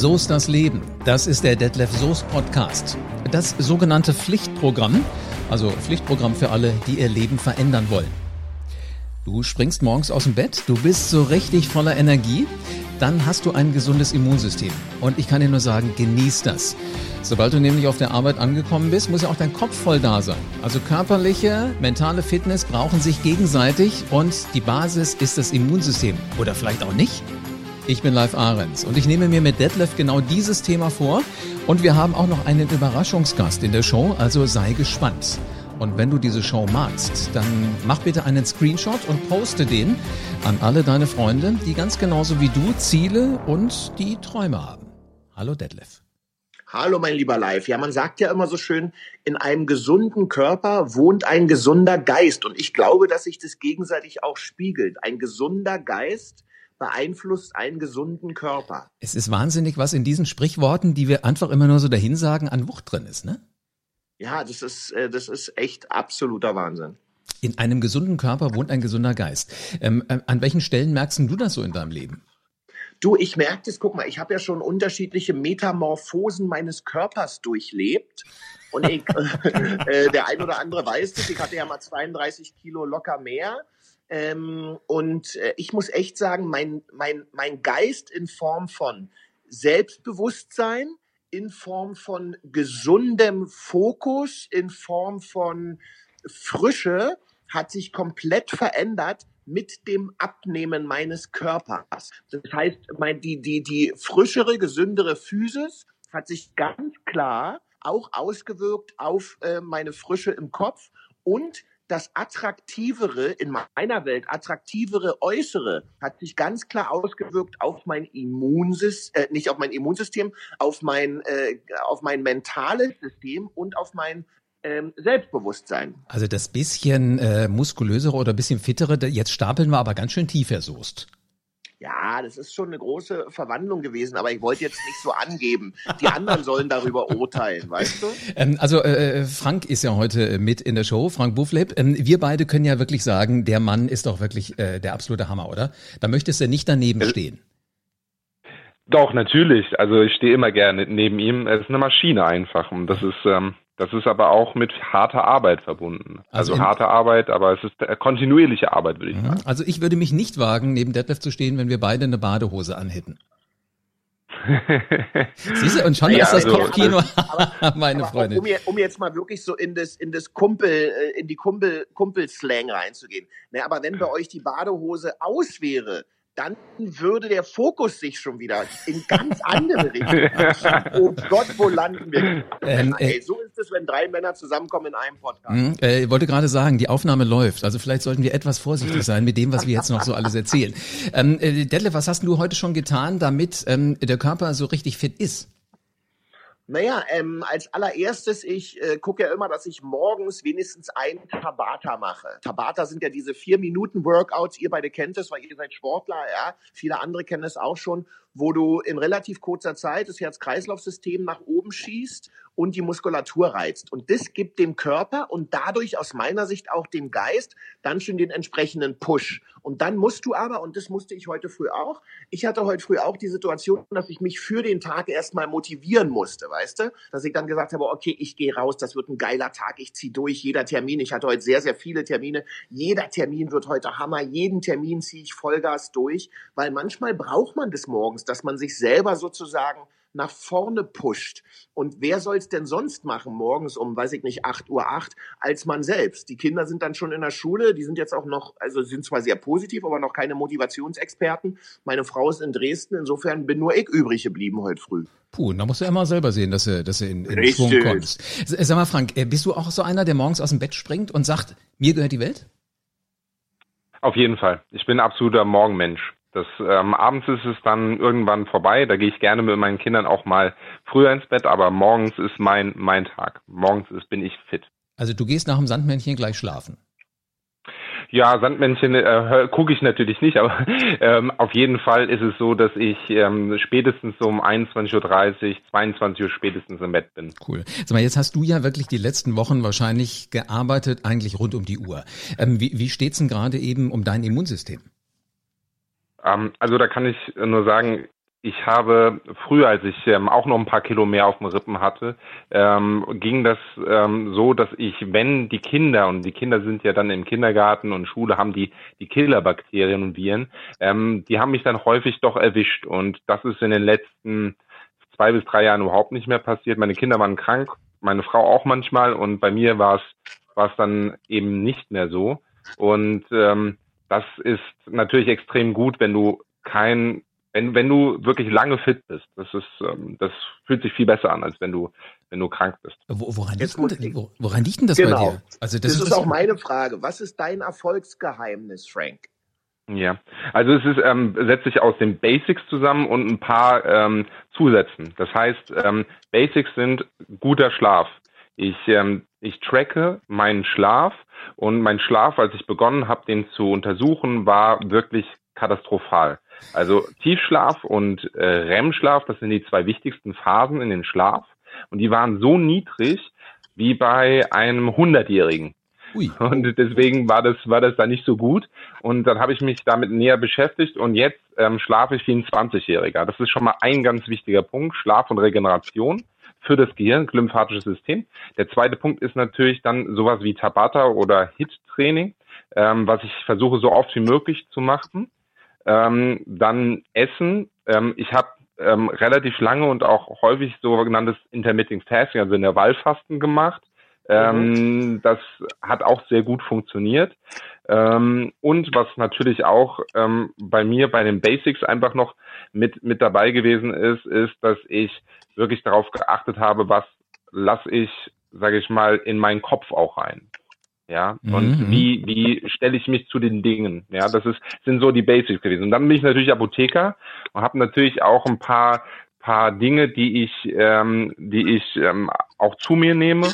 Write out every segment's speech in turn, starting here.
Soest das Leben. Das ist der Detlef Soest Podcast. Das sogenannte Pflichtprogramm, also Pflichtprogramm für alle, die ihr Leben verändern wollen. Du springst morgens aus dem Bett, du bist so richtig voller Energie, dann hast du ein gesundes Immunsystem. Und ich kann dir nur sagen, genieß das. Sobald du nämlich auf der Arbeit angekommen bist, muss ja auch dein Kopf voll da sein. Also körperliche, mentale Fitness brauchen sich gegenseitig und die Basis ist das Immunsystem. Oder vielleicht auch nicht? Ich bin Live Ahrens und ich nehme mir mit Detlef genau dieses Thema vor. Und wir haben auch noch einen Überraschungsgast in der Show, also sei gespannt. Und wenn du diese Show magst, dann mach bitte einen Screenshot und poste den an alle deine Freunde, die ganz genauso wie du Ziele und die Träume haben. Hallo Detlef. Hallo mein lieber Live. Ja, man sagt ja immer so schön, in einem gesunden Körper wohnt ein gesunder Geist. Und ich glaube, dass sich das gegenseitig auch spiegelt. Ein gesunder Geist beeinflusst einen gesunden Körper. Es ist wahnsinnig, was in diesen Sprichworten, die wir einfach immer nur so dahin sagen, an Wucht drin ist, ne? Ja, das ist echt absoluter Wahnsinn. In einem gesunden Körper wohnt ein gesunder Geist. An welchen Stellen merkst du das so in deinem Leben? Du, ich merke das, guck mal, ich habe ja schon unterschiedliche Metamorphosen meines Körpers durchlebt. Und der ein oder andere weiß das, ich hatte ja mal 32 Kilo locker mehr. Und ich muss echt sagen, mein Geist in Form von Selbstbewusstsein, in Form von gesundem Fokus, in Form von Frische hat sich komplett verändert mit dem Abnehmen meines Körpers. Das heißt, die frischere, gesündere Physis hat sich ganz klar auch ausgewirkt auf meine Frische im Kopf und das attraktivere, in meiner Welt attraktivere Äußere hat sich ganz klar ausgewirkt auf mein Immunsystem, nicht auf mein Immunsystem, auf mein mentales System und auf mein Selbstbewusstsein. Also das bisschen muskulösere oder bisschen fittere, jetzt stapeln wir aber ganz schön tief, Herr Soest. Ja, das ist schon eine große Verwandlung gewesen, aber ich wollte jetzt nicht so angeben. Die anderen sollen darüber urteilen, weißt du? Also Frank ist ja heute mit in der Show, Frank Buffleb. Wir beide können ja wirklich sagen, der Mann ist doch wirklich der absolute Hammer, oder? Da möchtest du nicht daneben stehen. Doch, natürlich. Also ich stehe immer gerne neben ihm. Er ist eine Maschine einfach. Und das ist aber auch mit harter Arbeit verbunden. Also harte Arbeit, aber es ist kontinuierliche Arbeit, würde ich sagen. Also ich würde mich nicht wagen, neben Detlef zu stehen, wenn wir beide eine Badehose anhätten. Siehst du, und schon ist das Kopfkino, meine Freunde. Um jetzt mal wirklich so in die Kumpelslang reinzugehen. Ne, aber wenn bei euch die Badehose aus wäre, dann würde der Fokus sich schon wieder in ganz andere Richtungen. Oh Gott, wo landen wir? So ist es, wenn drei Männer zusammenkommen in einem Podcast. Ich wollte gerade sagen, die Aufnahme läuft. Also vielleicht sollten wir etwas vorsichtig sein mit dem, was wir jetzt noch so alles erzählen. Detlef, was hast du heute schon getan, damit der Körper so richtig fit ist? Naja, als allererstes, ich gucke ja immer, dass ich morgens wenigstens ein Tabata mache. Tabata sind ja diese 4-Minuten-Workouts, ihr beide kennt es, weil ihr seid Sportler, ja. Viele andere kennen es auch schon, wo du in relativ kurzer Zeit das Herz-Kreislauf-System nach oben schießt und die Muskulatur reizt. Und das gibt dem Körper und dadurch aus meiner Sicht auch dem Geist dann schon den entsprechenden Push. Und dann musst du aber, und das musste ich heute früh auch, ich hatte heute früh auch die Situation, dass ich mich für den Tag erstmal motivieren musste, weißt du? Dass ich dann gesagt habe, okay, ich gehe raus, das wird ein geiler Tag, ich ziehe durch, jeder Termin, ich hatte heute sehr, sehr viele Termine, jeder Termin wird heute Hammer, jeden Termin ziehe ich Vollgas durch, weil manchmal braucht man das morgens, dass man sich selber sozusagen nach vorne pusht. Und wer soll es denn sonst machen morgens um, weiß ich nicht, 8:08 Uhr, als man selbst? Die Kinder sind dann schon in der Schule, die sind jetzt auch noch, also sind zwar sehr positiv, aber noch keine Motivationsexperten. Meine Frau ist in Dresden, insofern bin nur ich übrig geblieben heute früh. Puh, da musst du ja mal selber sehen, dass du in Schwung kommst. Sag mal, Frank, bist du auch so einer, der morgens aus dem Bett springt und sagt, mir gehört die Welt? Auf jeden Fall. Ich bin ein absoluter Morgenmensch. Abends ist es dann irgendwann vorbei. Da gehe ich gerne mit meinen Kindern auch mal früher ins Bett, aber morgens ist mein Tag. Morgens bin ich fit. Also du gehst nach dem Sandmännchen gleich schlafen? Ja, Sandmännchen gucke ich natürlich nicht, aber auf jeden Fall ist es so, dass ich spätestens so um 21:30 Uhr, 22 Uhr spätestens im Bett bin. Cool. Sag mal, jetzt hast du ja wirklich die letzten Wochen wahrscheinlich gearbeitet, eigentlich rund um die Uhr. Wie steht's denn gerade eben um dein Immunsystem? Also da kann ich nur sagen, ich habe früher, als ich auch noch ein paar Kilo mehr auf den Rippen hatte, ging das so, dass ich, wenn die Kinder, und die Kinder sind ja dann im Kindergarten und Schule, haben die Killerbakterien und Viren, die haben mich dann häufig doch erwischt. Und das ist in den letzten 2 bis 3 Jahren überhaupt nicht mehr passiert. Meine Kinder waren krank, meine Frau auch manchmal, und bei mir war es dann eben nicht mehr so. Und das ist natürlich extrem gut, wenn du wenn du wirklich lange fit bist. Das fühlt sich viel besser an, als wenn du krank bist. Woran liegt denn das bei dir? Also das ist auch meine Frage. Was ist dein Erfolgsgeheimnis, Frank? Ja, also es setzt sich aus den Basics zusammen und ein paar Zusätzen. Das heißt, Basics sind guter Schlaf. Ich tracke meinen Schlaf, und mein Schlaf, als ich begonnen habe, den zu untersuchen, war wirklich katastrophal. Also Tiefschlaf und REM-Schlaf, das sind die 2 wichtigsten Phasen in den Schlaf, und die waren so niedrig wie bei einem 100-Jährigen. Ui. Und deswegen war das da nicht so gut. Und dann habe ich mich damit näher beschäftigt, und jetzt schlafe ich wie ein 20-Jähriger. Das ist schon mal ein ganz wichtiger Punkt, Schlaf und Regeneration für das Gehirn, lymphatisches System. Der zweite Punkt ist natürlich dann sowas wie Tabata oder HIIT-Training, was ich versuche so oft wie möglich zu machen. Dann Essen. Ich habe relativ lange und auch häufig sogenanntes Intermittent Fasting, also Intervallfasten gemacht. Das hat auch sehr gut funktioniert. Und was natürlich auch bei mir bei den Basics einfach noch mit dabei gewesen ist, dass ich wirklich darauf geachtet habe, was lasse ich, sage ich mal, in meinen Kopf auch rein. Ja, und wie stelle ich mich zu den Dingen? Ja, sind so die Basics gewesen. Und dann bin ich natürlich Apotheker und habe natürlich auch ein paar Dinge, die ich auch zu mir nehme,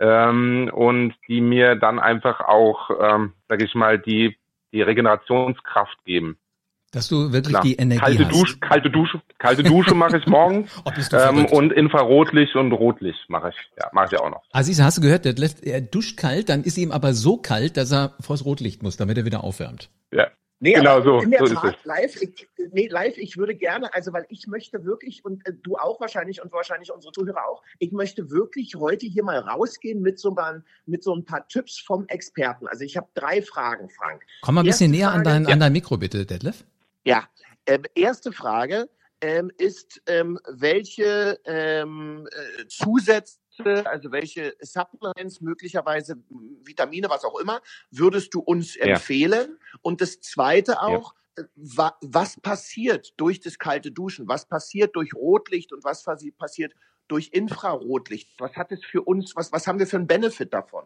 und die mir dann einfach auch, sage ich mal, die Regenerationskraft geben. Dass du wirklich die Energie hast. Kalte Dusche mache ich morgens. Und Infrarotlicht und Rotlicht mache ich auch noch. Aziz, hast du gehört, er duscht kalt, dann ist ihm aber so kalt, dass er vors Rotlicht muss, damit er wieder aufwärmt. Ja. Nee, genau so. In der so Tat, ist es. live, ich würde gerne, also weil ich möchte wirklich, und du auch wahrscheinlich und wahrscheinlich unsere Zuhörer auch, ich möchte wirklich heute hier mal rausgehen mit so ein paar Tipps vom Experten. Also ich habe 3 Fragen, Frank. Komm mal ein bisschen näher an dein Mikro, bitte, Detlef. Ja, erste Frage ist, welche Zusätze, also welche Supplements, möglicherweise Vitamine, was auch immer, würdest du uns empfehlen? Und das Zweite auch, was passiert durch das kalte Duschen? Was passiert durch Rotlicht und was passiert durch Infrarotlicht? Was hat es für uns, was haben wir für einen Benefit davon?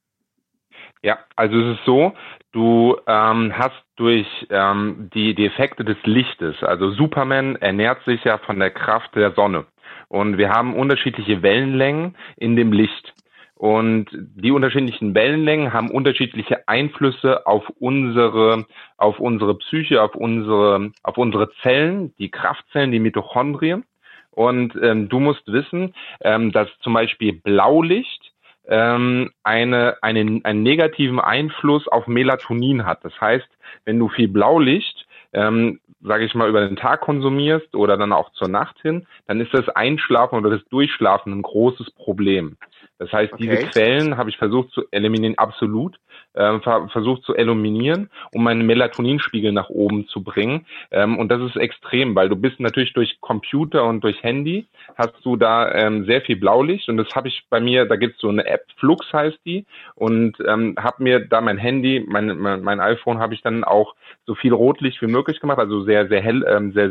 Ja, also es ist so, du hast durch die Effekte des Lichtes, also Superman ernährt sich ja von der Kraft der Sonne, und wir haben unterschiedliche Wellenlängen in dem Licht, und die unterschiedlichen Wellenlängen haben unterschiedliche Einflüsse auf unsere Psyche, auf unsere Zellen, die Kraftzellen, die Mitochondrien, und du musst wissen, dass zum Beispiel Blaulicht einen negativen Einfluss auf Melatonin hat. Das heißt, wenn du viel Blaulicht, sage ich mal, über den Tag konsumierst oder dann auch zur Nacht hin, dann ist das Einschlafen oder das Durchschlafen ein großes Problem. Das heißt, diese Quellen habe ich versucht zu eliminieren, absolut, versucht zu eliminieren, um meinen Melatoninspiegel nach oben zu bringen. Und das ist extrem, weil du bist natürlich durch Computer und durch Handy, hast du da sehr viel Blaulicht, und das habe ich bei mir, da gibt es so eine App, Flux heißt die, und habe mir da mein Handy, mein iPhone, habe ich dann auch so viel Rotlicht wie möglich gemacht, also sehr, sehr hell, sehr,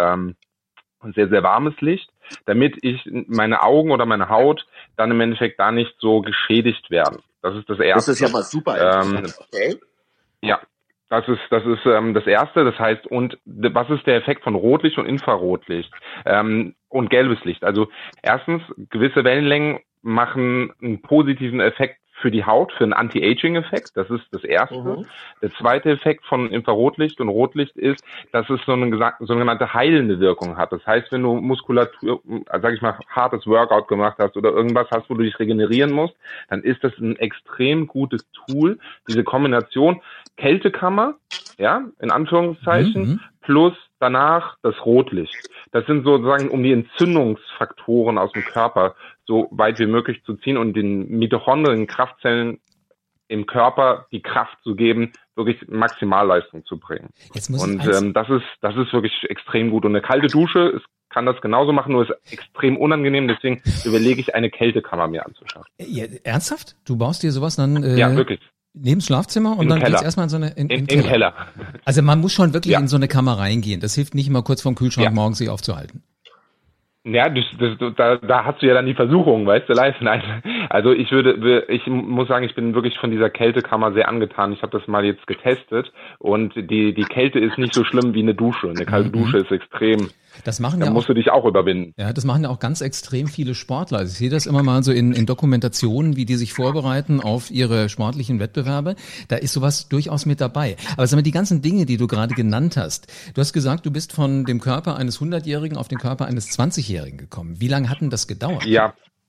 sehr warmes Licht, damit meine Augen oder meine Haut dann im Endeffekt da nicht so geschädigt werden. Das ist das Erste. Das ist ja mal super. Okay. Ja, das ist das Erste. Das heißt, und was ist der Effekt von Rotlicht und Infrarotlicht und gelbes Licht? Also erstens, gewisse Wellenlängen machen einen positiven Effekt für die Haut, für einen Anti-Aging-Effekt. Das ist das Erste. Der zweite Effekt von Infrarotlicht und Rotlicht ist, dass es so eine sogenannte heilende Wirkung hat. Das heißt, wenn du Muskulatur, sag ich mal, hartes Workout gemacht hast oder irgendwas hast, wo du dich regenerieren musst, dann ist das ein extrem gutes Tool. Diese Kombination Kältekammer, ja, in Anführungszeichen, plus danach das Rotlicht. Das sind sozusagen, um die Entzündungsfaktoren aus dem Körper so weit wie möglich zu ziehen und den Mitochondrien, Kraftzellen im Körper die Kraft zu geben, wirklich Maximalleistung zu bringen. Das ist wirklich extrem gut. Und eine kalte Dusche kann das genauso machen, nur ist extrem unangenehm. Deswegen überlege ich, eine Kältekammer mir anzuschaffen. Ja, ernsthaft? Du baust dir sowas dann ja, wirklich. Neben das Schlafzimmer und dann geht's erstmal in so eine im Keller. Also man muss schon wirklich in so eine Kammer reingehen. Das hilft nicht immer kurz vorm Kühlschrank morgens sich aufzuhalten. Ja, da hast du ja dann die Versuchung, weißt du, live. Nein. Also ich muss sagen, ich bin wirklich von dieser Kältekammer sehr angetan. Ich habe das mal jetzt getestet und die Kälte ist nicht so schlimm wie eine Dusche. Eine kalte Dusche ist extrem. Da musst du dich auch überwinden. Ja, das machen ja auch ganz extrem viele Sportler. Also ich sehe das immer mal so in Dokumentationen, wie die sich vorbereiten auf ihre sportlichen Wettbewerbe. Da ist sowas durchaus mit dabei. Aber sag mal, die ganzen Dinge, die du gerade genannt hast. Du hast gesagt, du bist von dem Körper eines 100-Jährigen auf den Körper eines 20-Jährigen gekommen. Wie lange hat denn das gedauert? Ja.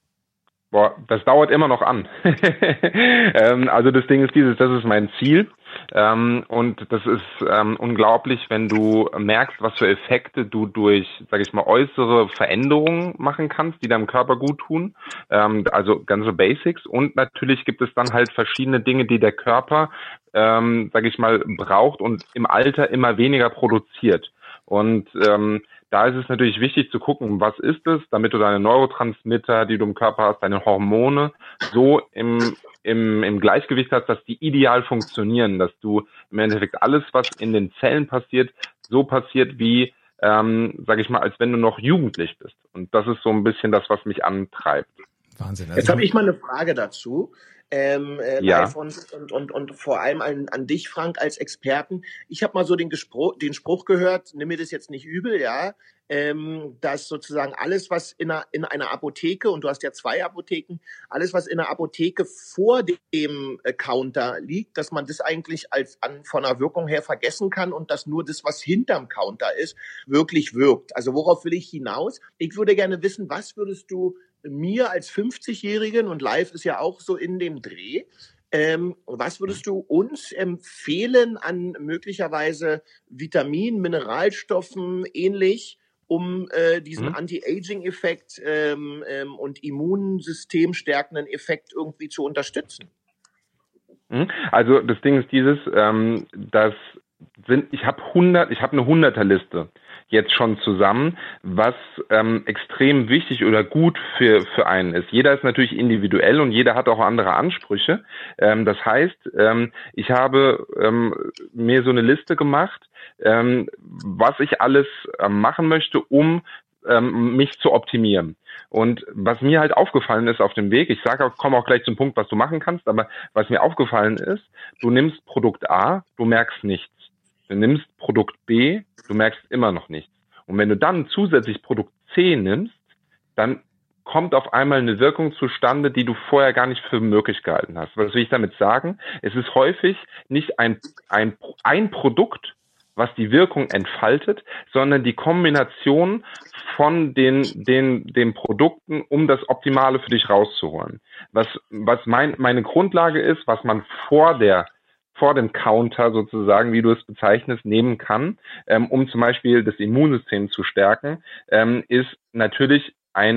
Das dauert immer noch an. Also das Ding ist das ist mein Ziel. Und das ist unglaublich, wenn du merkst, was für Effekte du durch, sage ich mal, äußere Veränderungen machen kannst, die deinem Körper gut tun. Also ganze Basics. Und natürlich gibt es dann halt verschiedene Dinge, die der Körper, sage ich mal, braucht und im Alter immer weniger produziert. Und da ist es natürlich wichtig zu gucken, was ist es, damit du deine Neurotransmitter, die du im Körper hast, deine Hormone so im Gleichgewicht hast, dass die ideal funktionieren, dass du im Endeffekt alles, was in den Zellen passiert, so passiert wie, sage ich mal, als wenn du noch jugendlich bist. Und das ist so ein bisschen das, was mich antreibt. Wahnsinn. Jetzt habe ich mal eine Frage dazu. Live und vor allem an dich, Frank, als Experten. Ich habe mal so den Spruch gehört, nimm mir das jetzt nicht übel, ja, dass sozusagen alles, was in einer Apotheke, und du hast ja 2 Apotheken, alles, was in der Apotheke vor dem Counter liegt, dass man das eigentlich von der Wirkung her vergessen kann und dass nur das, was hinterm Counter ist, wirklich wirkt. Also worauf will ich hinaus? Ich würde gerne wissen, was würdest du mir als 50-Jährigen, und Live ist ja auch so in dem Dreh, was würdest du uns empfehlen an möglicherweise Vitaminen, Mineralstoffen, ähnlich, um diesen Anti-Aging-Effekt und Immunsystem stärkenden Effekt irgendwie zu unterstützen? Also das Ding ist ich habe eine 100er-Liste jetzt schon zusammen, was extrem wichtig oder gut für einen ist. Jeder ist natürlich individuell und jeder hat auch andere Ansprüche. Das heißt, ich habe mir so eine Liste gemacht, was ich alles machen möchte, um mich zu optimieren. Und was mir halt aufgefallen ist auf dem Weg, komme auch gleich zum Punkt, was du machen kannst, aber was mir aufgefallen ist, du nimmst Produkt A, du merkst nichts. Du nimmst Produkt B, du merkst immer noch nichts. Und wenn du dann zusätzlich Produkt C nimmst, dann kommt auf einmal eine Wirkung zustande, die du vorher gar nicht für möglich gehalten hast. Was will ich damit sagen? Es ist häufig nicht ein Produkt, was die Wirkung entfaltet, sondern die Kombination von den Produkten, um das Optimale für dich rauszuholen. Was meine Grundlage ist, was man vor dem Counter sozusagen, wie du es bezeichnest, nehmen kann, um zum Beispiel das Immunsystem zu stärken, ist natürlich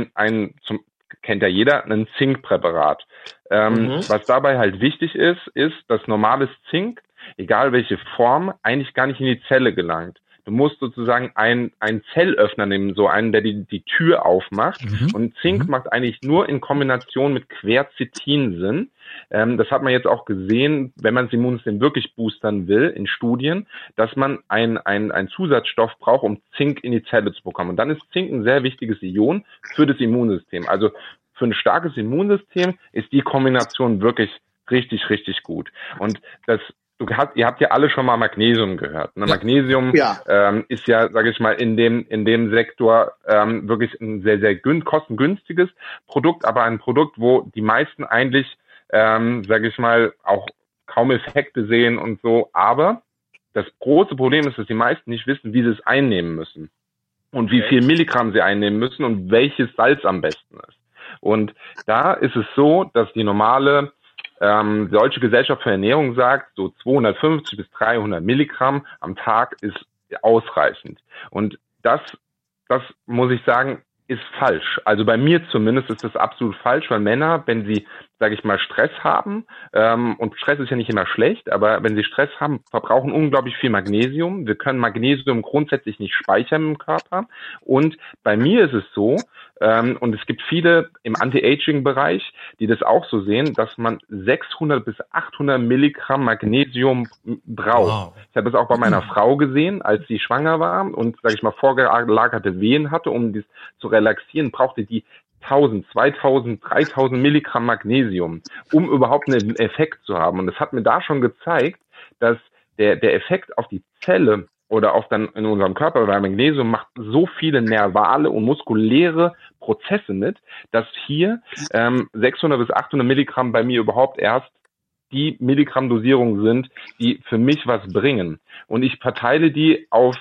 kennt ja jeder, ein Zinkpräparat. Was dabei halt wichtig ist, dass normales Zink, egal welche Form, eigentlich gar nicht in die Zelle gelangt. Du musst sozusagen einen Zellöffner nehmen, so einen, der die Tür aufmacht. Und Zink macht eigentlich nur in Kombination mit Quercetin Sinn. Das hat man jetzt auch gesehen, wenn man das Immunsystem wirklich boostern will, in Studien, dass man einen Zusatzstoff braucht, um Zink in die Zelle zu bekommen. Und dann ist Zink ein sehr wichtiges Ion für das Immunsystem. Also für ein starkes Immunsystem ist die Kombination wirklich richtig, richtig gut. Und ihr habt ja alle schon mal Magnesium gehört. Ne? Ja. Magnesium ist ja, sage ich mal, in dem Sektor wirklich ein sehr, sehr kostengünstiges Produkt, aber ein Produkt, wo die meisten eigentlich, sage ich mal, auch kaum Effekte sehen und so. Aber das große Problem ist, dass die meisten nicht wissen, wie sie es einnehmen müssen und wie viel Milligramm sie einnehmen müssen und welches Salz am besten ist. Und da ist es so, dass die normale die Deutsche Gesellschaft für Ernährung sagt, so 250 bis 300 Milligramm am Tag ist ausreichend. Und das muss ich sagen, ist falsch. Also bei mir zumindest ist das absolut falsch, weil Männer, wenn sie, sage ich mal, Stress haben, und Stress ist ja nicht immer schlecht, aber wenn sie Stress haben, verbrauchen unglaublich viel Magnesium. Wir können Magnesium grundsätzlich nicht speichern im Körper. Und bei mir ist es so, und es gibt viele im Anti-Aging-Bereich, die das auch so sehen, dass man 600 bis 800 Milligramm Magnesium braucht. Wow. Ich habe das auch bei meiner Frau gesehen, als sie schwanger war und, sage ich mal, vorgelagerte Wehen hatte, um das zu relaxieren, brauchte die 1000, 2000, 3000 Milligramm Magnesium, um überhaupt einen Effekt zu haben. Und das hat mir da schon gezeigt, dass der Effekt auf die Zelle oder auch dann in unserem Körper, weil Magnesium macht so viele nervale und muskuläre Prozesse mit, dass hier 600 bis 800 Milligramm bei mir überhaupt erst die Milligramm-Dosierung sind, die für mich was bringen. Und ich verteile die auf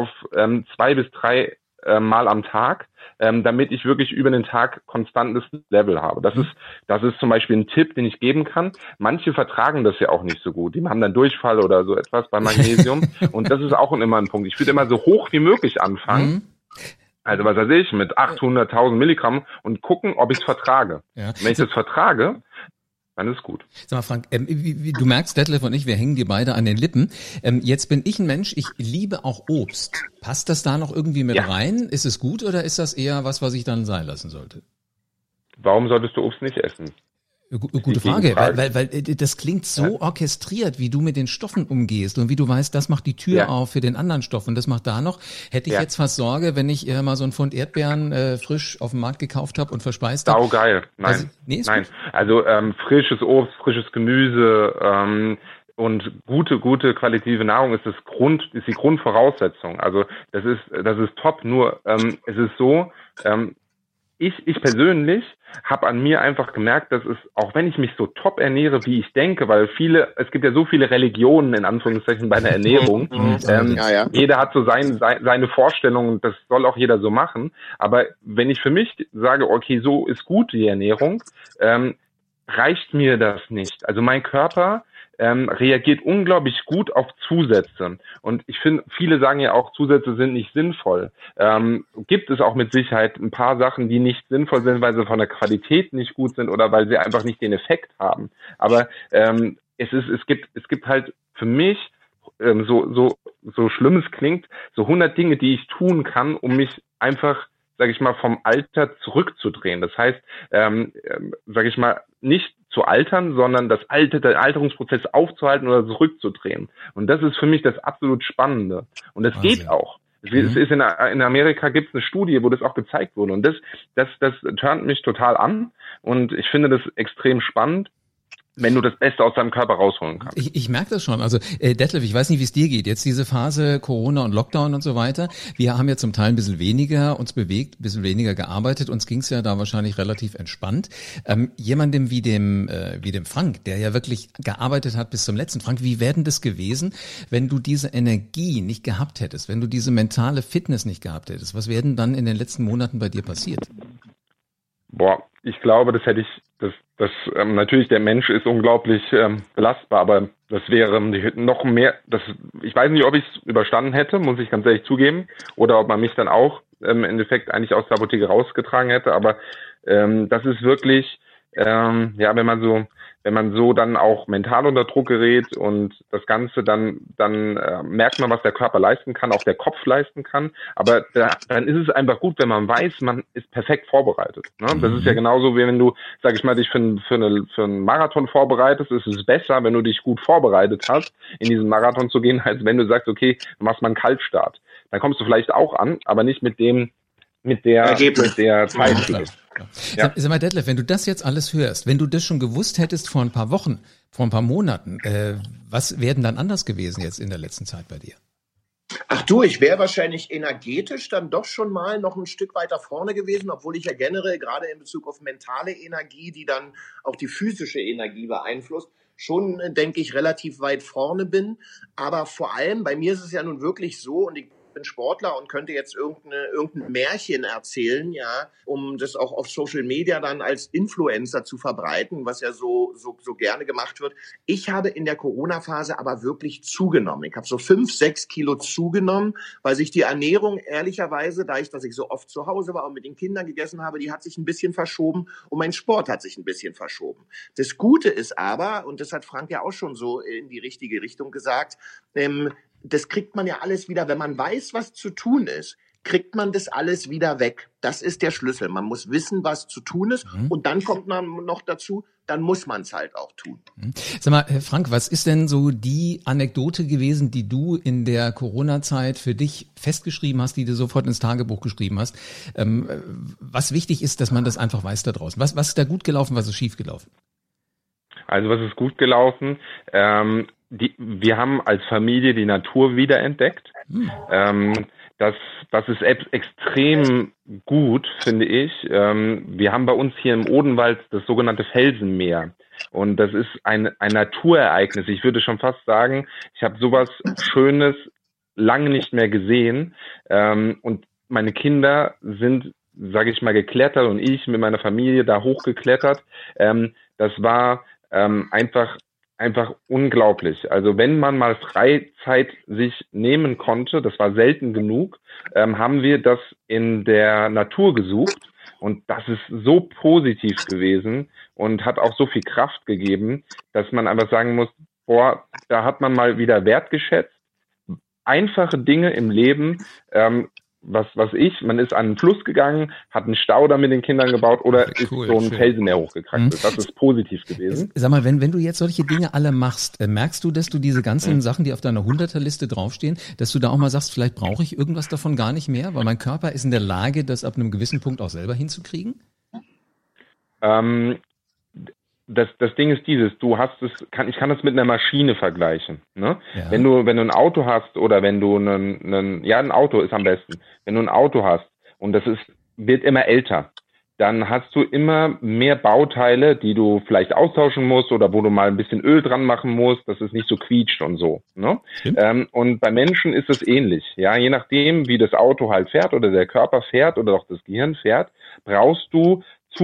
2 bis 3 Mal am Tag, damit ich wirklich über den Tag konstantes Level habe. Das ist zum Beispiel ein Tipp, den ich geben kann. Manche vertragen das ja auch nicht so gut. Die haben dann Durchfall oder so etwas bei Magnesium. Und das ist auch immer ein Punkt. Ich würde immer so hoch wie möglich anfangen. Also was weiß ich, mit 800.000 Milligramm und gucken, ob ich es vertrage. Ja. Wenn ich das vertrage, dann ist gut. Sag mal, Frank, du merkst, Detlef und ich, wir hängen dir beide an den Lippen. Jetzt bin ich ein Mensch, ich liebe auch Obst. Passt das da noch irgendwie mit rein? Ist es gut oder ist das eher was ich dann sein lassen sollte? Warum solltest du Obst nicht essen? Gute Frage, weil das klingt so orchestriert, wie du mit den Stoffen umgehst und wie du weißt, das macht die Tür auf für den anderen Stoff und das macht da noch. Hätte ich jetzt fast Sorge, wenn ich mal so einen Pfund Erdbeeren frisch auf dem Markt gekauft habe und verspeist habe. Saugeil. Nein, nein. Also frisches Obst, frisches Gemüse und gute qualitative Nahrung ist die Grundvoraussetzung. Also das ist top. Nur es ist so. Ich persönlich habe an mir einfach gemerkt, dass es, auch wenn ich mich so top ernähre, wie ich denke, weil es gibt ja so viele Religionen in Anführungszeichen bei der Ernährung. Jeder hat so seine Vorstellungen, das soll auch jeder so machen. Aber wenn ich für mich sage, okay, so ist gut die Ernährung, reicht mir das nicht. Also mein Körper reagiert unglaublich gut auf Zusätze. Und ich finde, viele sagen ja auch, Zusätze sind nicht sinnvoll. Gibt es auch mit Sicherheit ein paar Sachen, die nicht sinnvoll sind, weil sie von der Qualität nicht gut sind oder weil sie einfach nicht den Effekt haben. Aber es gibt halt für mich, so schlimm es klingt, so 100 Dinge, die ich tun kann, um mich einfach, sage ich mal, vom Alter zurückzudrehen. Das heißt, sage ich mal, nicht zu altern, sondern den Alterungsprozess aufzuhalten oder zurückzudrehen. Und das ist für mich das absolut Spannende. Und das geht auch. Es ist in Amerika gibt es eine Studie, wo das auch gezeigt wurde. Und das turnt mich total an. Und ich finde das extrem spannend, wenn du das Beste aus deinem Körper rausholen kannst. Ich merke das schon. Also Detlef, ich weiß nicht, wie es dir geht. Jetzt diese Phase Corona und Lockdown und so weiter. Wir haben ja zum Teil ein bisschen weniger uns bewegt, ein bisschen weniger gearbeitet. Uns ging es ja da wahrscheinlich relativ entspannt. Jemandem wie dem Frank, der ja wirklich gearbeitet hat bis zum letzten. Frank, wie wäre denn das gewesen, wenn du diese Energie nicht gehabt hättest, wenn du diese mentale Fitness nicht gehabt hättest? Was wäre denn dann in den letzten Monaten bei dir passiert? Boah, ich glaube, natürlich der Mensch ist unglaublich belastbar, aber das wäre noch mehr, ich weiß nicht, ob ich es überstanden hätte, muss ich ganz ehrlich zugeben, oder ob man mich dann auch im Endeffekt eigentlich aus der Apotheke rausgetragen hätte, aber das ist wirklich, wenn man so dann auch mental unter Druck gerät und das Ganze, dann merkt man, was der Körper leisten kann, auch der Kopf leisten kann. Aber dann ist es einfach gut, wenn man weiß, man ist perfekt vorbereitet. Ne? Das ist ja genauso, wie wenn du, sag ich mal, dich für einen Marathon vorbereitest. Es ist besser, wenn du dich gut vorbereitet hast, in diesen Marathon zu gehen, als wenn du sagst, okay, du machst mal einen Kaltstart. Dann kommst du vielleicht auch an, aber nicht mit der Zeit. Ja. Sag mal, Detlef, wenn du das jetzt alles hörst, wenn du das schon gewusst hättest vor ein paar Wochen, vor ein paar Monaten, was wäre denn dann anders gewesen jetzt in der letzten Zeit bei dir? Ach du, ich wäre wahrscheinlich energetisch dann doch schon mal noch ein Stück weiter vorne gewesen, obwohl ich ja generell gerade in Bezug auf mentale Energie, die dann auch die physische Energie beeinflusst, schon, denke ich, relativ weit vorne bin. Aber vor allem, bei mir ist es ja nun wirklich so, und ich bin Sportler und könnte jetzt irgendein Märchen erzählen, ja, um das auch auf Social Media dann als Influencer zu verbreiten, was ja so gerne gemacht wird. Ich habe in der Corona-Phase aber wirklich zugenommen. Ich habe so 5-6 Kilo zugenommen, weil sich die Ernährung ehrlicherweise, dass ich so oft zu Hause war und mit den Kindern gegessen habe, die hat sich ein bisschen verschoben und mein Sport hat sich ein bisschen verschoben. Das Gute ist aber, und das hat Frank ja auch schon so in die richtige Richtung gesagt, das kriegt man ja alles wieder, wenn man weiß, was zu tun ist, kriegt man das alles wieder weg. Das ist der Schlüssel. Man muss wissen, was zu tun ist. Und dann kommt man noch dazu, dann muss man es halt auch tun. Sag mal, Frank, was ist denn so die Anekdote gewesen, die du in der Corona-Zeit für dich festgeschrieben hast, die du sofort ins Tagebuch geschrieben hast? Was wichtig ist, dass man das einfach weiß da draußen. Was ist da gut gelaufen, was ist schief gelaufen? Also was ist gut gelaufen? Wir haben als Familie die Natur wiederentdeckt. Das ist extrem gut, finde ich. Wir haben bei uns hier im Odenwald das sogenannte Felsenmeer. Und das ist ein Naturereignis. Ich würde schon fast sagen, ich habe sowas Schönes lange nicht mehr gesehen. Und meine Kinder sind, sage ich mal, geklettert und ich mit meiner Familie da hochgeklettert. Das war einfach unglaublich. Also wenn man mal Freizeit sich nehmen konnte, das war selten genug, haben wir das in der Natur gesucht und das ist so positiv gewesen und hat auch so viel Kraft gegeben, dass man einfach sagen muss, boah, da hat man mal wieder wertgeschätzt. Einfache Dinge im Leben, man ist an einen Fluss gegangen, hat einen Staudamm mit den Kindern gebaut oder ist so ein Felsenmeer hochgekraxelt. Das ist positiv gewesen. Sag mal, wenn du jetzt solche Dinge alle machst, merkst du, dass du diese ganzen Sachen, die auf deiner 100er-Liste draufstehen, dass du da auch mal sagst, vielleicht brauche ich irgendwas davon gar nicht mehr, weil mein Körper ist in der Lage, das ab einem gewissen Punkt auch selber hinzukriegen? Das Ding ist dieses, ich kann das mit einer Maschine vergleichen, ne? Ja. Wenn du ein Auto hast oder wenn du ein Auto ist am besten. Wenn du ein Auto hast und wird immer älter, dann hast du immer mehr Bauteile, die du vielleicht austauschen musst oder wo du mal ein bisschen Öl dran machen musst, dass es nicht so quietscht und so, ne? Und bei Menschen ist es ähnlich, ja, je nachdem, wie das Auto halt fährt oder der Körper fährt oder auch das Gehirn fährt, brauchst du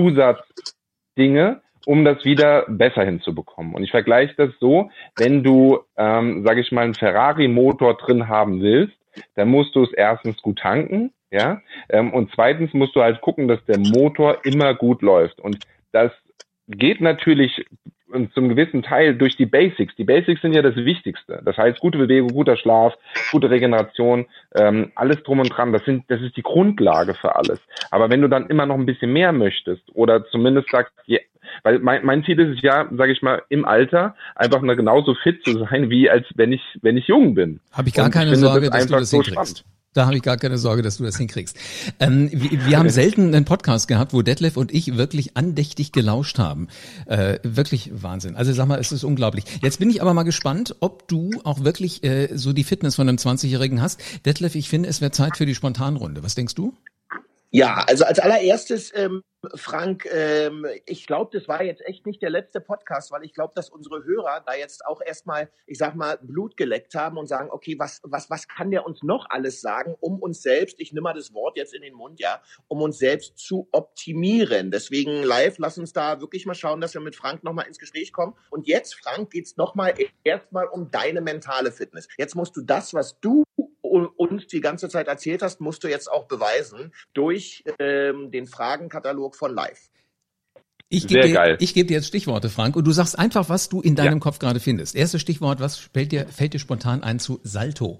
Zusatzdinge, um das wieder besser hinzubekommen. Und ich vergleiche das so, wenn du, sage ich mal, einen Ferrari-Motor drin haben willst, dann musst du es erstens gut tanken, ja, und zweitens musst du halt gucken, dass der Motor immer gut läuft. Und das geht natürlich zum gewissen Teil durch die Basics. Die Basics sind ja das Wichtigste. Das heißt, gute Bewegung, guter Schlaf, gute Regeneration, alles drum und dran. Das ist die Grundlage für alles. Aber wenn du dann immer noch ein bisschen mehr möchtest oder zumindest sagst, weil mein Ziel ist es ja, sage ich mal, im Alter einfach mal genauso fit zu sein, wie als wenn ich jung bin. Habe ich gar keine Sorge, dass du das hinkriegst. Da habe ich gar keine Sorge, dass du das hinkriegst. Wir haben selten einen Podcast gehabt, wo Detlef und ich wirklich andächtig gelauscht haben. Wirklich Wahnsinn. Also sag mal, es ist unglaublich. Jetzt bin ich aber mal gespannt, ob du auch wirklich so die Fitness von einem 20-Jährigen hast. Detlef, ich finde, es wäre Zeit für die Spontanrunde. Was denkst du? Ja, also als allererstes, Frank, ich glaube, das war jetzt echt nicht der letzte Podcast, weil ich glaube, dass unsere Hörer da jetzt auch erstmal, ich sag mal, Blut geleckt haben und sagen, okay, was kann der uns noch alles sagen, um uns selbst, ich nehme mal das Wort jetzt in den Mund, ja, um uns selbst zu optimieren. Deswegen live, lass uns da wirklich mal schauen, dass wir mit Frank nochmal ins Gespräch kommen. Und jetzt, Frank, geht's erstmal um deine mentale Fitness. Jetzt musst du das, was du uns die ganze Zeit erzählt hast, musst du jetzt auch beweisen durch den Fragenkatalog von Live. Ich gebe dir jetzt Stichworte, Frank, und du sagst einfach, was du in deinem Kopf gerade findest. Erstes Stichwort, was fällt dir spontan ein zu Salto?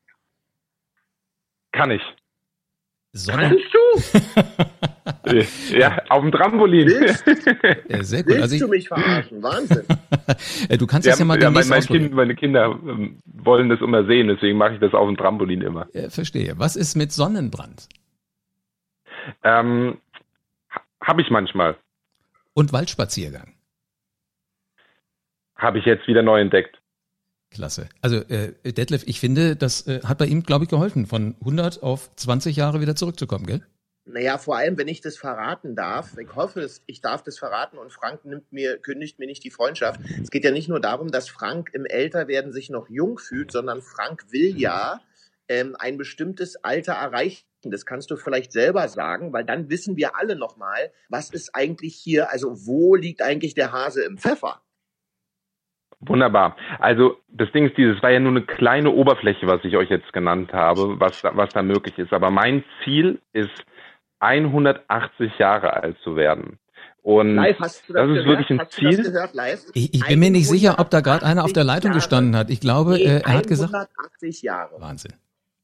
Kann ich. Kannst du? Ja, auf dem Trampolin. Ja, sehr gut. Willst du mich verarschen? Wahnsinn. Du kannst das ja mal demnächst ausprobieren. Meine Kinder wollen das immer sehen, deswegen mache ich das auf dem Trampolin immer. Verstehe. Was ist mit Sonnenbrand? Habe ich manchmal. Und Waldspaziergang? Habe ich jetzt wieder neu entdeckt. Klasse. Also Detlef, ich finde, das hat bei ihm, glaube ich, geholfen, von 100 auf 20 Jahre wieder zurückzukommen, gell? Naja, vor allem, wenn ich das verraten darf. Ich hoffe, ich darf das verraten und Frank kündigt mir nicht die Freundschaft. Es geht ja nicht nur darum, dass Frank im Älterwerden sich noch jung fühlt, sondern Frank will ja ein bestimmtes Alter erreichen. Das kannst du vielleicht selber sagen, weil dann wissen wir alle nochmal, was ist eigentlich hier, also wo liegt eigentlich der Hase im Pfeffer? Wunderbar. Also das Ding ist dieses, war ja nur eine kleine Oberfläche, was ich euch jetzt genannt habe, was da möglich ist. Aber mein Ziel ist, 180 Jahre alt zu werden. Und live, hast du das ist gehört? wirklich ein hast Ziel. Du das gehört, live? Ich bin mir nicht sicher, ob da gerade einer auf der Leitung gestanden hat. Ich glaube, er hat gesagt... 180 Jahre. Wahnsinn.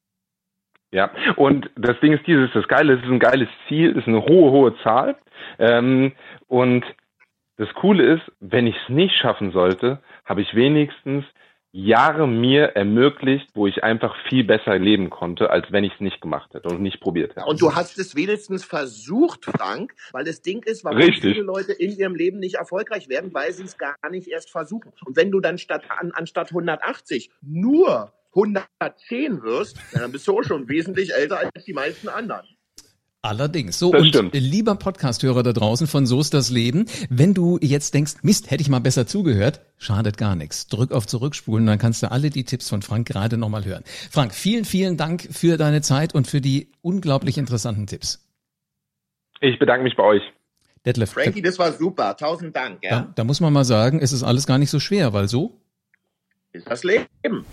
Ja, und das Ding ist dieses, das Geile, es ist ein geiles Ziel, ist eine hohe Zahl. Und das Coole ist, wenn ich es nicht schaffen sollte, habe ich wenigstens Jahre mir ermöglicht, wo ich einfach viel besser leben konnte, als wenn ich es nicht gemacht hätte und nicht probiert hätte. Und du hast es wenigstens versucht, Frank, weil das Ding ist, warum viele Leute in ihrem Leben nicht erfolgreich werden, weil sie es gar nicht erst versuchen. Und wenn du dann anstatt 180 nur 110 wirst, dann bist du auch schon wesentlich älter als die meisten anderen. Allerdings. So, das und stimmt. Lieber Podcast-Hörer da draußen von So ist das Leben, wenn du jetzt denkst, Mist, hätte ich mal besser zugehört, schadet gar nichts. Drück auf Zurückspulen, dann kannst du alle die Tipps von Frank gerade nochmal hören. Frank, vielen, vielen Dank für deine Zeit und für die unglaublich interessanten Tipps. Ich bedanke mich bei euch. Detlef. Frankie, das war super. 1000 Dank. Ja. Da muss man mal sagen, es ist alles gar nicht so schwer, weil so ist das Leben.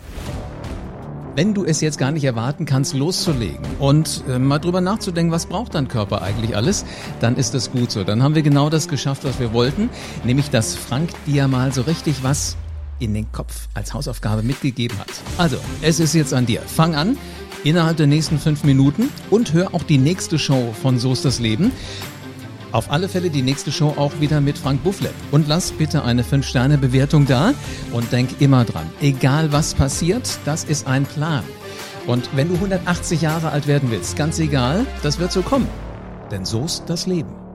Wenn du es jetzt gar nicht erwarten kannst, loszulegen und mal drüber nachzudenken, was braucht dein Körper eigentlich alles, dann ist das gut so. Dann haben wir genau das geschafft, was wir wollten, nämlich dass Frank dir mal so richtig was in den Kopf als Hausaufgabe mitgegeben hat. Also, es ist jetzt an dir. Fang an innerhalb der nächsten 5 Minuten und hör auch die nächste Show von So ist das Leben. Auf alle Fälle die nächste Show auch wieder mit Frank Bufflet. Und lass bitte eine 5-Sterne-Bewertung da und denk immer dran, egal was passiert, das ist ein Plan. Und wenn du 180 Jahre alt werden willst, ganz egal, das wird so kommen. Denn so ist das Leben.